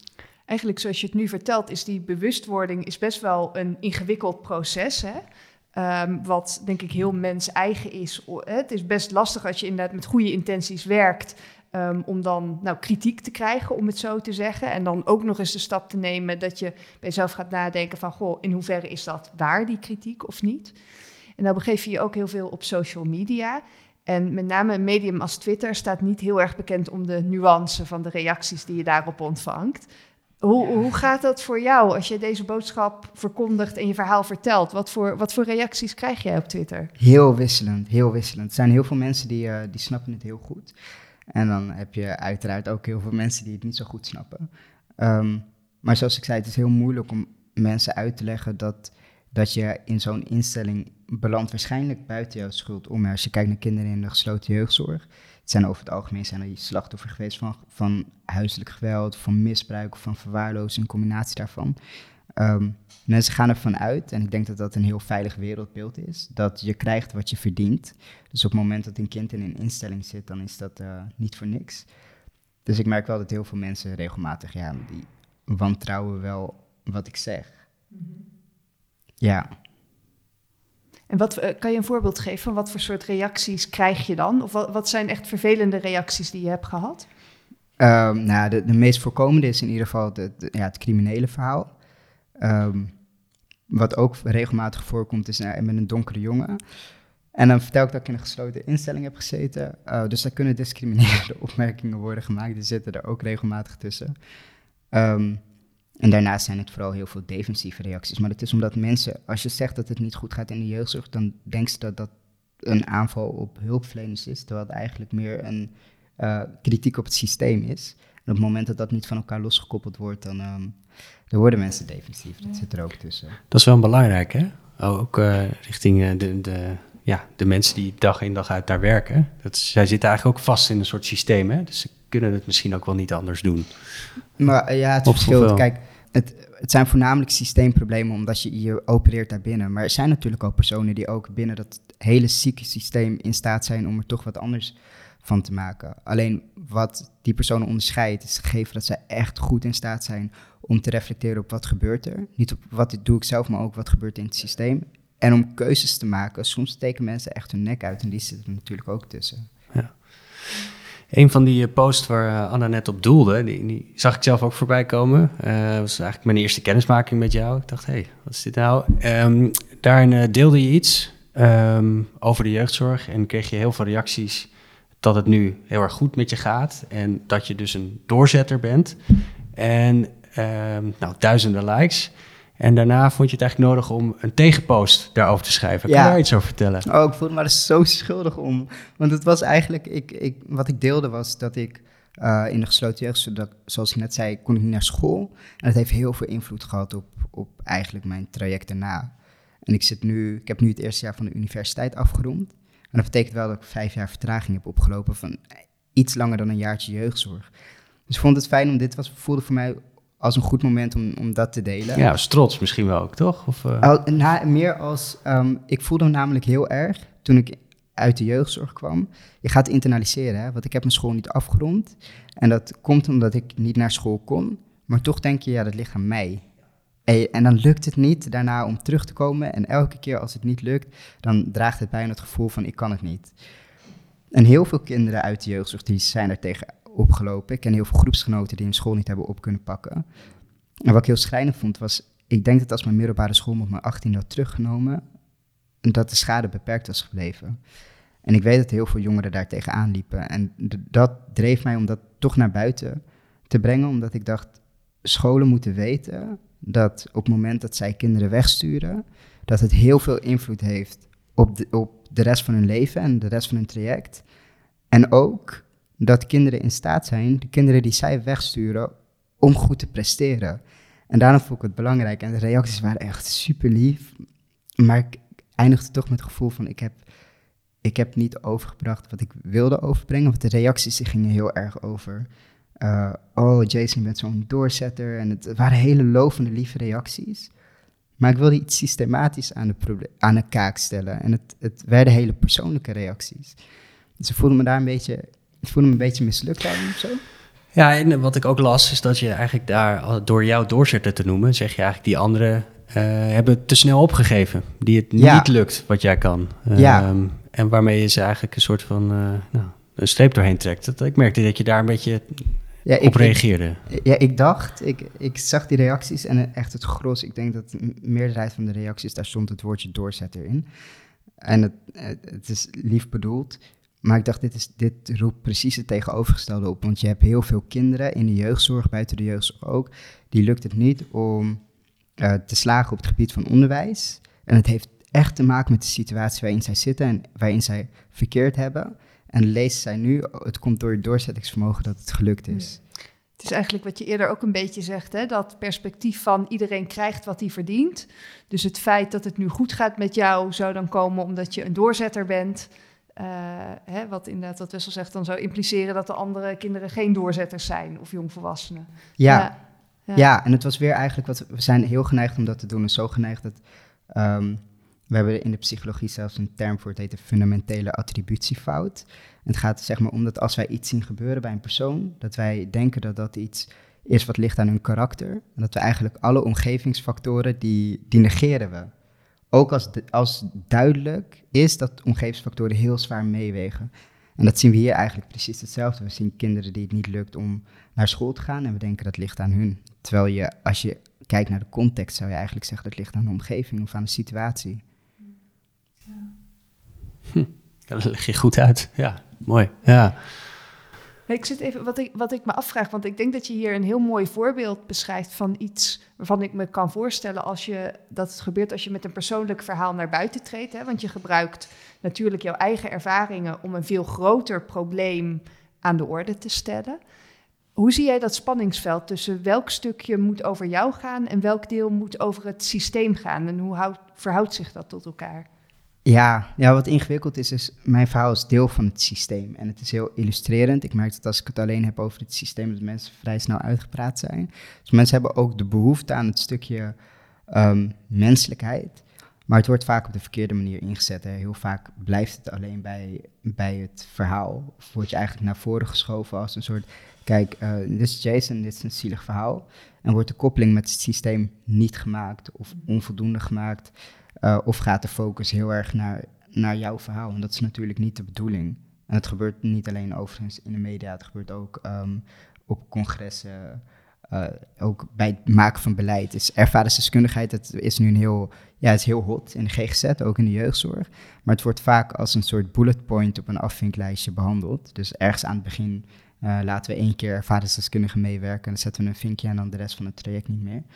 eigenlijk zoals je het nu vertelt, is die bewustwording is best wel een ingewikkeld proces, hè? Wat denk ik heel mens-eigen is. Het is best lastig als je inderdaad met goede intenties werkt, om dan kritiek te krijgen, om het zo te zeggen. En dan ook nog eens de stap te nemen dat je bij jezelf gaat nadenken van, goh, in hoeverre is dat waar, die kritiek, of niet? En dan begeef je je ook heel veel op social media. En met name een medium als Twitter staat niet heel erg bekend om de nuance van de reacties die je daarop ontvangt. Hoe gaat dat voor jou als je deze boodschap verkondigt en je verhaal vertelt? Wat voor reacties krijg jij op Twitter? Heel wisselend, heel wisselend. Er zijn heel veel mensen die snappen het heel goed. En dan heb je uiteraard ook heel veel mensen die het niet zo goed snappen. Maar zoals ik zei, het is heel moeilijk om mensen uit te leggen dat je in zo'n instelling belandt, waarschijnlijk buiten jouw schuld om. Als je kijkt naar kinderen in de gesloten jeugdzorg, het zijn over het algemeen die slachtoffer geweest van huiselijk geweld, van misbruik of van verwaarlozing, een combinatie daarvan. Mensen gaan ervan uit, en ik denk dat dat een heel veilig wereldbeeld is, dat je krijgt wat je verdient. Dus op het moment dat een kind in een instelling zit, dan is dat niet voor niks. Dus ik merk wel dat heel veel mensen regelmatig, die wantrouwen wel wat ik zeg. Mm-hmm. Ja. En kan je een voorbeeld geven van wat voor soort reacties krijg je dan? Of wat zijn echt vervelende reacties die je hebt gehad? De meest voorkomende is in ieder geval het criminele verhaal. Wat ook regelmatig voorkomt is met een donkere jongen. En dan vertel ik dat ik in een gesloten instelling heb gezeten. Dus daar kunnen discriminerende opmerkingen worden gemaakt. Die zitten er ook regelmatig tussen. En daarnaast zijn het vooral heel veel defensieve reacties. Maar het is omdat mensen, als je zegt dat het niet goed gaat in de jeugdzorg, dan denken ze dat dat een aanval op hulpverleners is, terwijl het eigenlijk meer een kritiek op het systeem is. En op het moment dat dat niet van elkaar losgekoppeld wordt, dan worden mensen defensief. Dat zit er ook tussen. Dat is wel belangrijk, hè? Ook richting de mensen die dag in dag uit daar werken. Zij zitten eigenlijk ook vast in een soort systeem, hè? Dus ze kunnen het misschien ook wel niet anders doen. Maar het verschilt. Kijk, het zijn voornamelijk systeemproblemen omdat je opereert daarbinnen. Maar er zijn natuurlijk ook personen die ook binnen dat hele zieke systeem in staat zijn om er toch wat anders van te maken. Alleen wat die personen onderscheidt is gegeven dat zij echt goed in staat zijn om te reflecteren op wat gebeurt er. Niet op wat doe ik zelf, maar ook wat gebeurt in het systeem. En om keuzes te maken. Soms steken mensen echt hun nek uit en die zitten er natuurlijk ook tussen. Ja. Een van die posts waar Anna net op doelde, die zag ik zelf ook voorbij komen. Dat was eigenlijk mijn eerste kennismaking met jou. Ik dacht, wat is dit nou? Daarin deelde je iets over de jeugdzorg en kreeg je heel veel reacties dat het nu heel erg goed met je gaat en dat je dus een doorzetter bent. En duizenden likes. En daarna vond je het eigenlijk nodig om een tegenpost daarover te schrijven. Kan je daar iets over vertellen? Oh, ik voelde me er zo schuldig om. Want het was eigenlijk, wat ik deelde was dat ik in de gesloten jeugdzorg, zoals ik net zei, kon ik niet naar school. En dat heeft heel veel invloed gehad op eigenlijk mijn traject daarna. En ik heb nu het eerste jaar van de universiteit afgerond. En dat betekent wel dat ik 5 jaar vertraging heb opgelopen van iets langer dan een jaartje jeugdzorg. Dus ik vond het fijn voelde voor mij als een goed moment om dat te delen. Ja, als trots misschien wel ook, toch? Of, meer als, ik voelde me namelijk heel erg toen ik uit de jeugdzorg kwam. Je gaat internaliseren, hè? Want ik heb mijn school niet afgerond. En dat komt omdat ik niet naar school kon. Maar toch denk je, dat ligt aan mij. En dan lukt het niet daarna om terug te komen. En elke keer als het niet lukt, dan draagt het bij aan het gevoel van ik kan het niet. En heel veel kinderen uit de jeugdzorg die zijn er tegen opgelopen. Ik ken heel veel groepsgenoten die hun school niet hebben op kunnen pakken. En wat ik heel schrijnend vond was, ik denk dat als mijn middelbare school me op mijn 18e had teruggenomen, dat de schade beperkt was gebleven. En ik weet dat heel veel jongeren daar tegenaan liepen. En dat dreef mij om dat toch naar buiten te brengen, omdat ik dacht, scholen moeten weten dat op het moment dat zij kinderen wegsturen, dat het heel veel invloed heeft op de rest van hun leven en de rest van hun traject. En ook dat kinderen in staat zijn, de kinderen die zij wegsturen, om goed te presteren. En daarom vond ik het belangrijk. En de reacties waren echt super lief. Maar ik eindigde toch met het gevoel van, ik heb niet overgebracht wat ik wilde overbrengen. Want de reacties gingen heel erg over, Jason, je bent zo'n doorzetter. En het waren hele lovende, lieve reacties. Maar ik wilde iets systematisch aan de kaak stellen. En het werden hele persoonlijke reacties. Dus ik voelde me daar een beetje mislukt daarin of zo. Ja, en wat ik ook las is dat je eigenlijk daar, door jouw doorzetter te noemen, zeg je eigenlijk die anderen hebben te snel opgegeven. Die het niet lukt wat jij kan. En waarmee je ze eigenlijk een soort van een streep doorheen trekt. Ik merkte dat je daar een beetje op reageerde. Ik zag die reacties en echt het gros. Ik denk dat de meerderheid van de reacties, daar stond het woordje doorzetter in. En het is lief bedoeld. Maar ik dacht, dit roept precies het tegenovergestelde op. Want je hebt heel veel kinderen in de jeugdzorg, buiten de jeugdzorg ook. Die lukt het niet om te slagen op het gebied van onderwijs. En het heeft echt te maken met de situatie waarin zij zitten en waarin zij verkeerd hebben. En lezen zij nu, het komt door je doorzettingsvermogen dat het gelukt is. Het is eigenlijk wat je eerder ook een beetje zegt, hè? Dat perspectief van iedereen krijgt wat hij verdient. Dus het feit dat het nu goed gaat met jou zou dan komen omdat je een doorzetter bent. Wat inderdaad, wat Wessel zegt, dan zou impliceren dat de andere kinderen geen doorzetters zijn of jongvolwassenen. Ja, en het was weer eigenlijk we zijn heel geneigd om dat te doen. En zo geneigd dat we hebben in de psychologie zelfs een term voor, het heet de fundamentele attributiefout. En het gaat zeg maar om dat als wij iets zien gebeuren bij een persoon, dat wij denken dat dat iets is wat ligt aan hun karakter. En dat we eigenlijk alle omgevingsfactoren, die negeren we. Ook als duidelijk is dat omgevingsfactoren heel zwaar meewegen. En dat zien we hier eigenlijk precies hetzelfde. We zien kinderen die het niet lukt om naar school te gaan en we denken dat ligt aan hun. Terwijl als je kijkt naar de context, zou je eigenlijk zeggen dat ligt aan de omgeving of aan de situatie. Dat leg je goed uit. Ja, mooi. Ja. Ik zit even, wat ik me afvraag, want ik denk dat je hier een heel mooi voorbeeld beschrijft van iets waarvan ik me kan voorstellen dat het gebeurt als je met een persoonlijk verhaal naar buiten treedt. Hè? Want je gebruikt natuurlijk jouw eigen ervaringen om een veel groter probleem aan de orde te stellen. Hoe zie jij dat spanningsveld tussen welk stukje moet over jou gaan en welk deel moet over het systeem gaan? En hoe verhoudt zich dat tot elkaar? Ja, wat ingewikkeld is mijn verhaal is deel van het systeem. En het is heel illustrerend. Ik merk dat als ik het alleen heb over het systeem, dat mensen vrij snel uitgepraat zijn. Dus mensen hebben ook de behoefte aan het stukje menselijkheid. Maar het wordt vaak op de verkeerde manier ingezet. Hè. Heel vaak blijft het alleen bij het verhaal. Of word je eigenlijk naar voren geschoven als een soort, kijk, dit is Jason, dit is een zielig verhaal. En wordt de koppeling met het systeem niet gemaakt of onvoldoende gemaakt. Of gaat de focus heel erg naar jouw verhaal? En dat is natuurlijk niet de bedoeling. En het gebeurt niet alleen overigens in de media, het gebeurt ook op congressen, ook bij het maken van beleid. Dus ervaringsdeskundigheid, dat is nu het is heel hot in de GGZ, ook in de jeugdzorg. Maar het wordt vaak als een soort bullet point op een afvinklijstje behandeld. Dus ergens aan het begin laten we 1 keer ervaringsdeskundigen meewerken en dan zetten we een vinkje en dan de rest van het traject niet meer.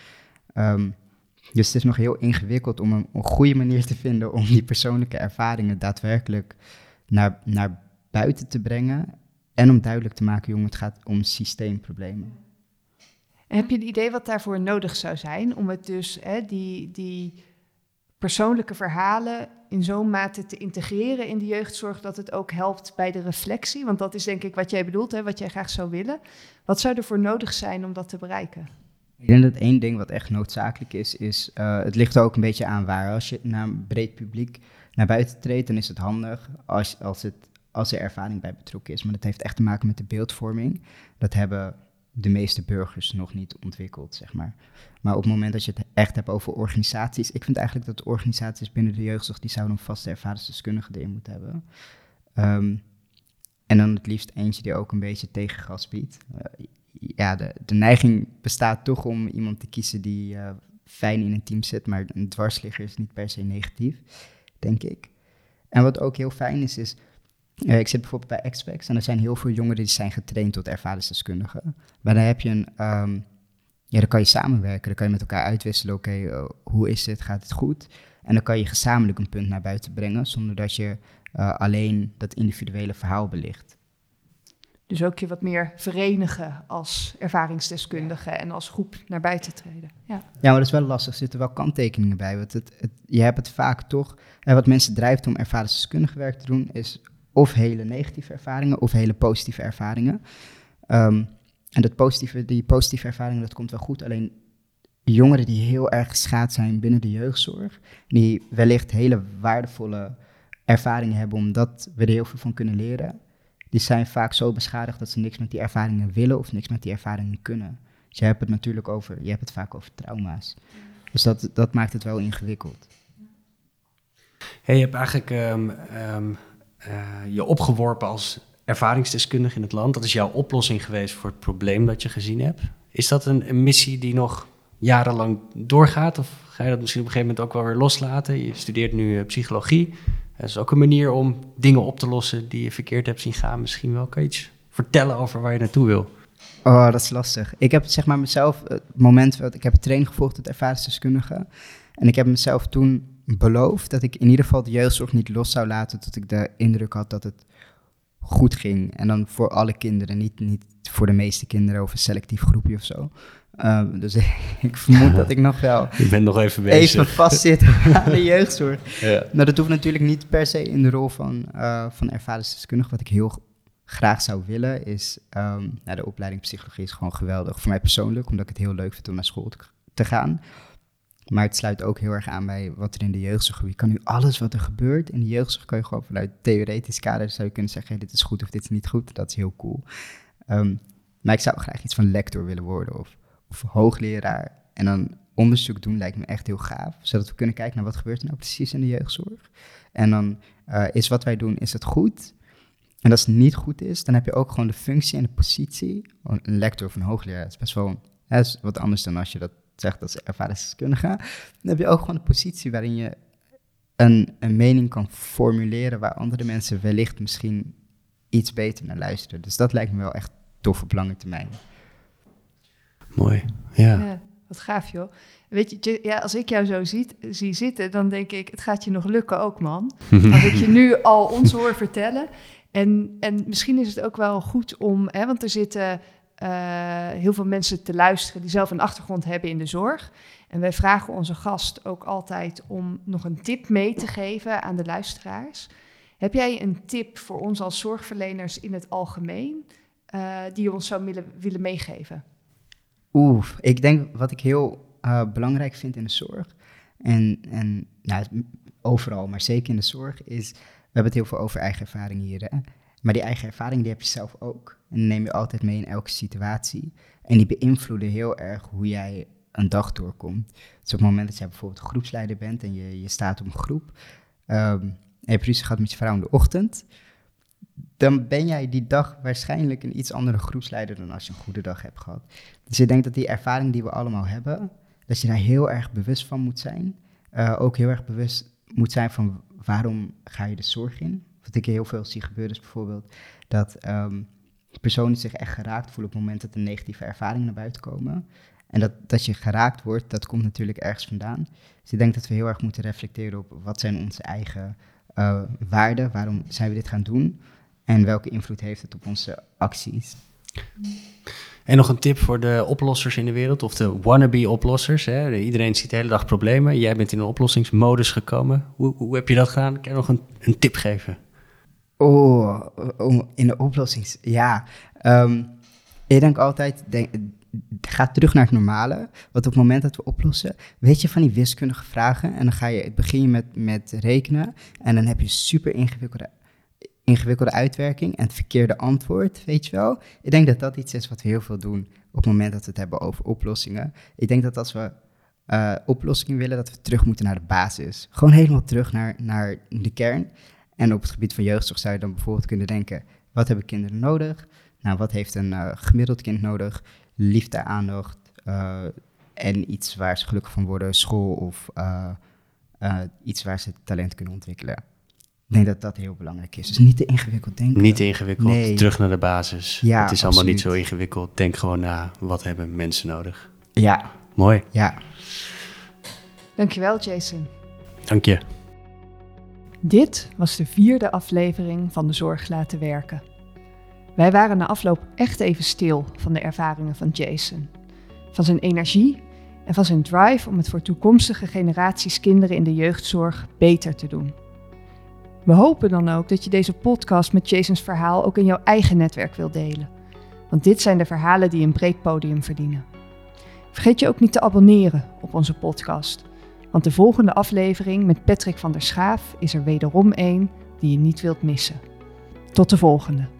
Dus het is nog heel ingewikkeld om een goede manier te vinden om die persoonlijke ervaringen daadwerkelijk naar buiten te brengen. En om duidelijk te maken, jongen, het gaat om systeemproblemen. Heb je een idee wat daarvoor nodig zou zijn? Om het dus, die persoonlijke verhalen in zo'n mate te integreren in de jeugdzorg dat het ook helpt bij de reflectie? Want dat is denk ik wat jij bedoelt, hè, wat jij graag zou willen. Wat zou er voor nodig zijn om dat te bereiken? Ik denk dat 1 ding wat echt noodzakelijk is het ligt er ook een beetje aan waar. Als je naar een breed publiek naar buiten treedt, dan is het handig als er ervaring bij betrokken is. Maar dat heeft echt te maken met de beeldvorming. Dat hebben de meeste burgers nog niet ontwikkeld, zeg maar. Maar op het moment dat je het echt hebt over organisaties, ik vind eigenlijk dat organisaties binnen de jeugdzorg, die zouden een vaste ervaringsdeskundige erin moeten hebben. En dan het liefst eentje die ook een beetje tegengas biedt. De neiging bestaat toch om iemand te kiezen die fijn in een team zit, maar een dwarsligger is niet per se negatief, denk ik. En wat ook heel fijn is ik zit bijvoorbeeld bij Expex en er zijn heel veel jongeren die zijn getraind tot ervaringsdeskundigen. Maar dan heb je dan kan je samenwerken, dan kan je met elkaar uitwisselen, oké, hoe is het, gaat het goed? En dan kan je gezamenlijk een punt naar buiten brengen, zonder dat je alleen dat individuele verhaal belicht. Dus ook je wat meer verenigen als ervaringsdeskundige en als groep naar buiten treden. Ja, maar dat is wel lastig. Er zitten wel kanttekeningen bij. Want je hebt het vaak toch. En wat mensen drijft om ervaringsdeskundige werk te doen, is of hele negatieve ervaringen of hele positieve ervaringen. En die positieve ervaringen, dat komt wel goed. Alleen jongeren die heel erg geschaad zijn binnen de jeugdzorg, die wellicht hele waardevolle ervaringen hebben, omdat we er heel veel van kunnen leren, die zijn vaak zo beschadigd dat ze niks met die ervaringen willen of niks met die ervaringen kunnen. Dus je hebt het vaak over trauma's. Dus dat maakt het wel ingewikkeld. Hey, je hebt eigenlijk je opgeworpen als ervaringsdeskundige in het land. Dat is jouw oplossing geweest voor het probleem dat je gezien hebt. Is dat een missie die nog jarenlang doorgaat? Of ga je dat misschien op een gegeven moment ook wel weer loslaten? Je studeert nu psychologie. Dat is ook een manier om dingen op te lossen die je verkeerd hebt zien gaan. Misschien wel, kan je iets vertellen over waar je naartoe wil? Oh, dat is lastig. Ik heb zeg maar mezelf, het moment, ik heb een training gevolgd tot ervaringsdeskundige. En ik heb mezelf toen beloofd dat ik in ieder geval de jeugdzorg niet los zou laten tot ik de indruk had dat het goed ging. En dan voor alle kinderen, niet voor de meeste kinderen of een selectief groepje of zo. Dus ik vermoed dat ik nog wel Je bent nog even bezig. even vastzit aan de jeugdzorg. Ja. Nou, dat hoeft natuurlijk niet per se in de rol van ervaringsdeskundige. Wat ik heel graag zou willen is, de opleiding psychologie is gewoon geweldig. Voor mij persoonlijk, omdat ik het heel leuk vind om naar school te gaan. Maar het sluit ook heel erg aan bij wat er in de jeugdzorg gebeurt. Je kan nu alles wat er gebeurt in de jeugdzorg, kan je gewoon vanuit theoretisch kader zou je kunnen zeggen, hey, dit is goed of dit is niet goed. Dat is heel cool. Maar ik zou graag iets van lector willen worden of hoogleraar. En dan onderzoek doen lijkt me echt heel gaaf. Zodat we kunnen kijken naar wat gebeurt er nou precies in de jeugdzorg. En dan is wat wij doen, is het goed? En als het niet goed is, dan heb je ook gewoon de functie en de positie. Een lector of een hoogleraar, dat is best wel is wat anders dan als je dat zegt als ervaringsdeskundige. Dan heb je ook gewoon de positie waarin je een mening kan formuleren waar andere mensen wellicht misschien iets beter naar luisteren. Dus dat lijkt me wel echt tof op lange termijn. Mooi, ja. Ja, wat gaaf joh. Weet je, ja, als ik jou zo zie zitten, dan denk ik, het gaat je nog lukken ook, man. Als ik je nu al ons hoor vertellen. En misschien is het ook wel goed om, want er zitten heel veel mensen te luisteren die zelf een achtergrond hebben in de zorg. En wij vragen onze gast ook altijd om nog een tip mee te geven aan de luisteraars. Heb jij een tip voor ons als zorgverleners in het algemeen die je ons zou willen meegeven? Ik denk wat ik heel belangrijk vind in de zorg, en overal, maar zeker in de zorg, is, we hebben het heel veel over eigen ervaring hier, hè? Maar die eigen ervaring die heb je zelf ook. En die neem je altijd mee in elke situatie. En die beïnvloeden heel erg hoe jij een dag doorkomt. Dus op het moment dat jij bijvoorbeeld groepsleider bent en je staat op een groep, en je hebt ruzie gehad met je vrouw in de ochtend, dan ben jij die dag waarschijnlijk een iets andere groepsleider dan als je een goede dag hebt gehad. Dus ik denk dat die ervaring die we allemaal hebben, dat je daar heel erg bewust van moet zijn. Ook heel erg bewust moet zijn van waarom ga je de zorg in. Wat ik heel veel zie gebeuren is bijvoorbeeld dat personen zich echt geraakt voelen op het moment dat er negatieve ervaringen naar buiten komen. En dat je geraakt wordt, dat komt natuurlijk ergens vandaan. Dus ik denk dat we heel erg moeten reflecteren op wat zijn onze eigen waarden, waarom zijn we dit gaan doen en welke invloed heeft het op onze acties. En nog een tip voor de oplossers in de wereld, of de wannabe-oplossers. Hè? Iedereen ziet de hele dag problemen. Jij bent in een oplossingsmodus gekomen. Hoe heb je dat gedaan? Kan je nog een tip geven? In de oplossings... Ja, ik denk altijd, ga terug naar het normale. Want op het moment dat we oplossen, weet je van die wiskundige vragen. En dan begin je met rekenen. En dan heb je super ingewikkelde uitwerking en het verkeerde antwoord, weet je wel. Ik denk dat dat iets is wat we heel veel doen op het moment dat we het hebben over oplossingen. Ik denk dat als we oplossingen willen, dat we terug moeten naar de basis. Gewoon helemaal terug naar de kern. En op het gebied van jeugdzorg zou je dan bijvoorbeeld kunnen denken, wat hebben kinderen nodig? Nou, wat heeft een gemiddeld kind nodig? Liefde, aandacht en iets waar ze gelukkig van worden, school of iets waar ze talent kunnen ontwikkelen. Ik denk dat dat heel belangrijk is. Dus niet te ingewikkeld denken. Niet te ingewikkeld, Nee. Terug naar de basis. Ja, het is allemaal niet absoluut. zo ingewikkeld. Denk gewoon na, wat hebben mensen nodig? Ja, Mooi, ja. Dankjewel, Jason. dank je. Dit was de 4e aflevering van De Zorg Laten Werken. Wij waren na afloop echt even stil van de ervaringen van Jason. Van zijn energie en van zijn drive om het voor toekomstige generaties kinderen in de jeugdzorg beter te doen. We hopen dan ook dat je deze podcast met Jasons verhaal ook in jouw eigen netwerk wilt delen. Want dit zijn de verhalen die een breed podium verdienen. Vergeet je ook niet te abonneren op onze podcast. Want de volgende aflevering met Patrick van der Schaaf is er wederom één die je niet wilt missen. Tot de volgende.